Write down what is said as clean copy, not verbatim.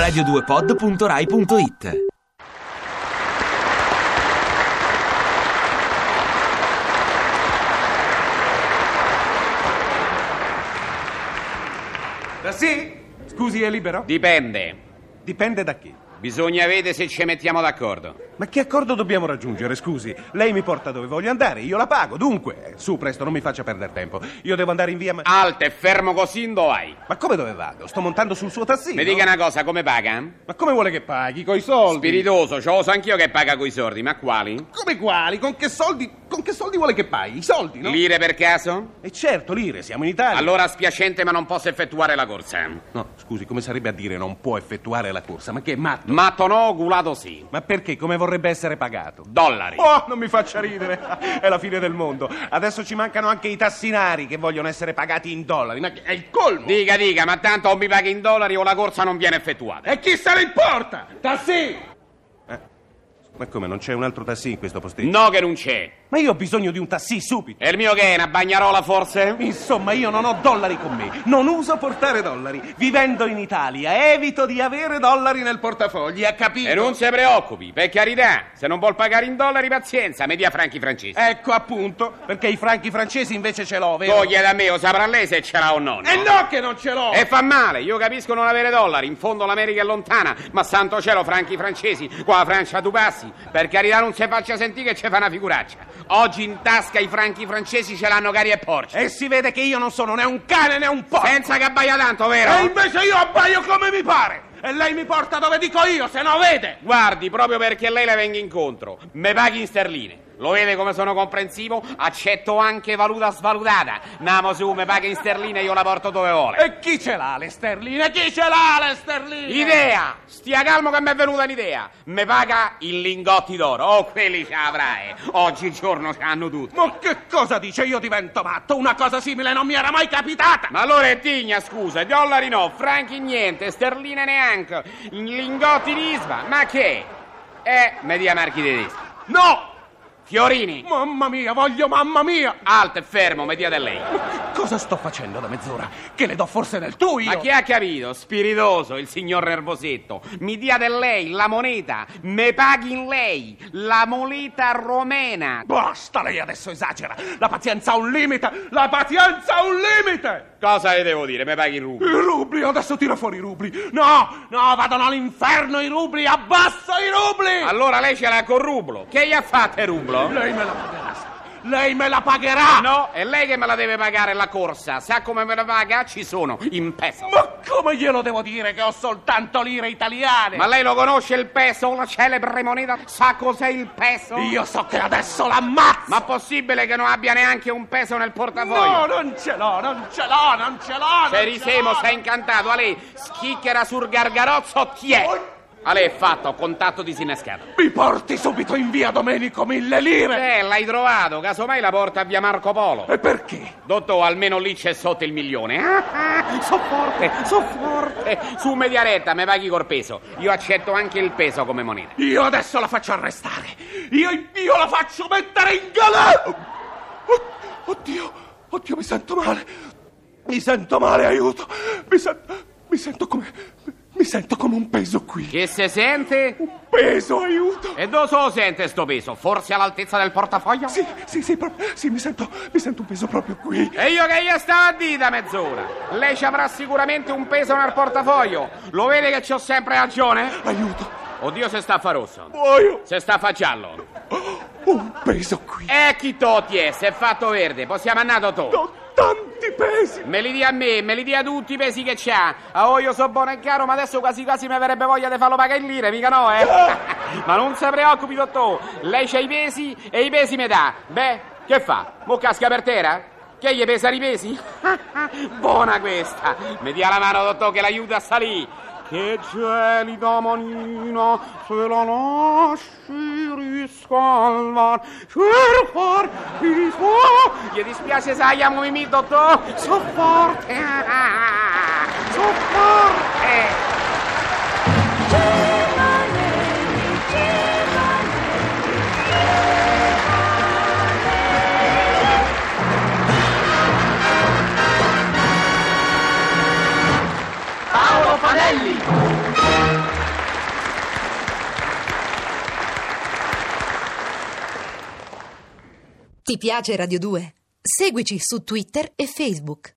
radio2pod.rai.it. Sì? Scusi, è libero? Dipende. Dipende da chi? Bisogna vedere se ci mettiamo d'accordo. Ma che accordo dobbiamo raggiungere, scusi? Lei mi porta dove voglio andare, io la pago, dunque. Su, presto, non mi faccia perdere tempo. Io devo andare in via... Alto e fermo così, dove vai? Ma come dove vado? Sto montando sul suo tassino. Mi dica una cosa, come paga? Ma come vuole che paghi? Coi soldi? Spiritoso, ce lo so anch'io che paga coi soldi, ma quali? Come quali? Con che soldi? Con che soldi vuole che paghi? I soldi, no? Lire per caso? E certo, lire, siamo in Italia. Allora spiacente, ma non posso effettuare la corsa. No, scusi, come sarebbe a dire non può effettuare la corsa? Ma che è matto? Matto no, culato sì. Ma perché? Come vorrebbe essere pagato? Dollari. Oh, non mi faccia ridere. È la fine del mondo. Adesso ci mancano anche i tassinari che vogliono essere pagati in dollari. Ma è il colmo. Dica, ma tanto o mi paghi in dollari o la corsa non viene effettuata. E chi se ne importa? Tassi! Ma come, non c'è un altro tassì in questo posticcio? No che non c'è. Ma io ho bisogno di un tassì subito. E il mio che è, una bagnarola forse? Insomma, io non ho dollari con me. Non uso portare dollari. Vivendo in Italia, evito di avere dollari nel portafogli, ha capito? E non si preoccupi, per carità. Se non vuol pagare in dollari, pazienza, mi dia franchi francesi. Ecco appunto, perché i franchi francesi invece ce l'ho, vero? Toglie da me, o saprà lei se ce l'ha o no. E no che non ce l'ho! E fa male, io capisco non avere dollari. In fondo l'America è lontana, ma santo cielo, franchi francesi, qua a Francia tu passi. Per carità non si faccia sentire che ci fa una figuraccia. Oggi in tasca i franchi francesi ce l'hanno cari e porci. E si vede che io non sono né un cane né un porco. Senza che abbaia tanto, vero? E invece io abbaio come mi pare. E lei mi porta dove dico io, se no vede. Guardi, proprio perché lei le venga incontro, me paghi in sterline. Lo vede come sono comprensivo? Accetto anche valuta svalutata. Namo su, me paghi in sterline e io la porto dove vuole. E chi ce l'ha le sterline? Chi ce l'ha le sterline? Idea! Stia calmo che mi è venuta un'idea. Me paga in lingotti d'oro. Oh, quelli ce l'avrai. Oggigiorno ce l'hanno tutti. Ma che cosa dice? Io divento matto. Una cosa simile non mi era mai capitata. Ma allora è tigna, scusa. Dollari no, franchi niente, sterline neanche. Lingotti di isba. Ma che? Me dia marchi tedeschi. No! Fiorini. Mamma mia, voglio mamma mia. Alto e fermo, mi dia da lei. Cosa sto facendo da mezz'ora? Che le do forse del tu io? Ma chi ha capito? Spiritoso, il signor Nervosetto. Mi dia del lei la moneta, me paghi in lei la moneta romena. Basta, lei adesso esagera. La pazienza ha un limite. La pazienza ha un limite. Cosa le devo dire? Me paghi in rubli. I rubli, adesso tira fuori i rubli. No, vadano all'inferno i rubli, abbasso i rubli. Allora lei ce l'ha col rublo. Che gli ha fatto il rublo? Lei me la pagherà. Lei me la pagherà. No, è lei che me la deve pagare la corsa. Sa come me la paga? Ci sono, in peso. Ma come glielo devo dire che ho soltanto lire italiane? Ma lei lo conosce il peso, la celebre moneta? Sa cos'è il peso? Io so che adesso l'ammazzo. Ma possibile che non abbia neanche un peso nel portafoglio? No, non ce l'ho. Se risemo, sei incantato. A lei, schicchera sul gargarozzo, tiè. A lei è fatto, contatto disinnescato. Mi porti subito in via Domenico 1000 lire. L'hai trovato, casomai la porta a via Marco Polo. E perché? Dottor, almeno lì c'è sotto il 1.000.000. So forte. Su mediaretta, me paghi col peso. Io accetto anche il peso come moneta. Io adesso la faccio arrestare. Io la faccio mettere in galera. Oddio, mi sento male, aiuto. Mi sento come un peso qui. Che se sente? Un peso, aiuto. E dove se lo sente sto peso? Forse all'altezza del portafoglio? Sì, mi sento un peso proprio qui. E io che gli stavo a dire da mezz'ora? Lei ci avrà sicuramente un peso nel portafoglio. Lo vede che c'ho sempre ragione? Aiuto. Oddio, se sta a fa rosso. Muoio. Se sta a fa giallo. Un peso qui. E chi ti è? Se è fatto verde, possiamo andare tu. Ho tanti pesi. Me li dia a me, me li dia tutti i pesi che c'ha. Oh, io so buono e caro, ma adesso quasi mi verrebbe voglia di farlo pagare in lire, mica no, Ma non si preoccupi, dottore. Lei c'ha i pesi e i pesi me dà. Beh, che fa? Mo casca per terra? Che gli pesano i pesi? Buona questa. Mi dia la mano, dottore, che l'aiuta a salire. Che gelida manina se la lasci riscaldar per far il suo. Gli dispiace se la chiamo Mimì, dottor? So forte. Paolo Panelli. Ti piace Radio 2? Seguici su Twitter e Facebook.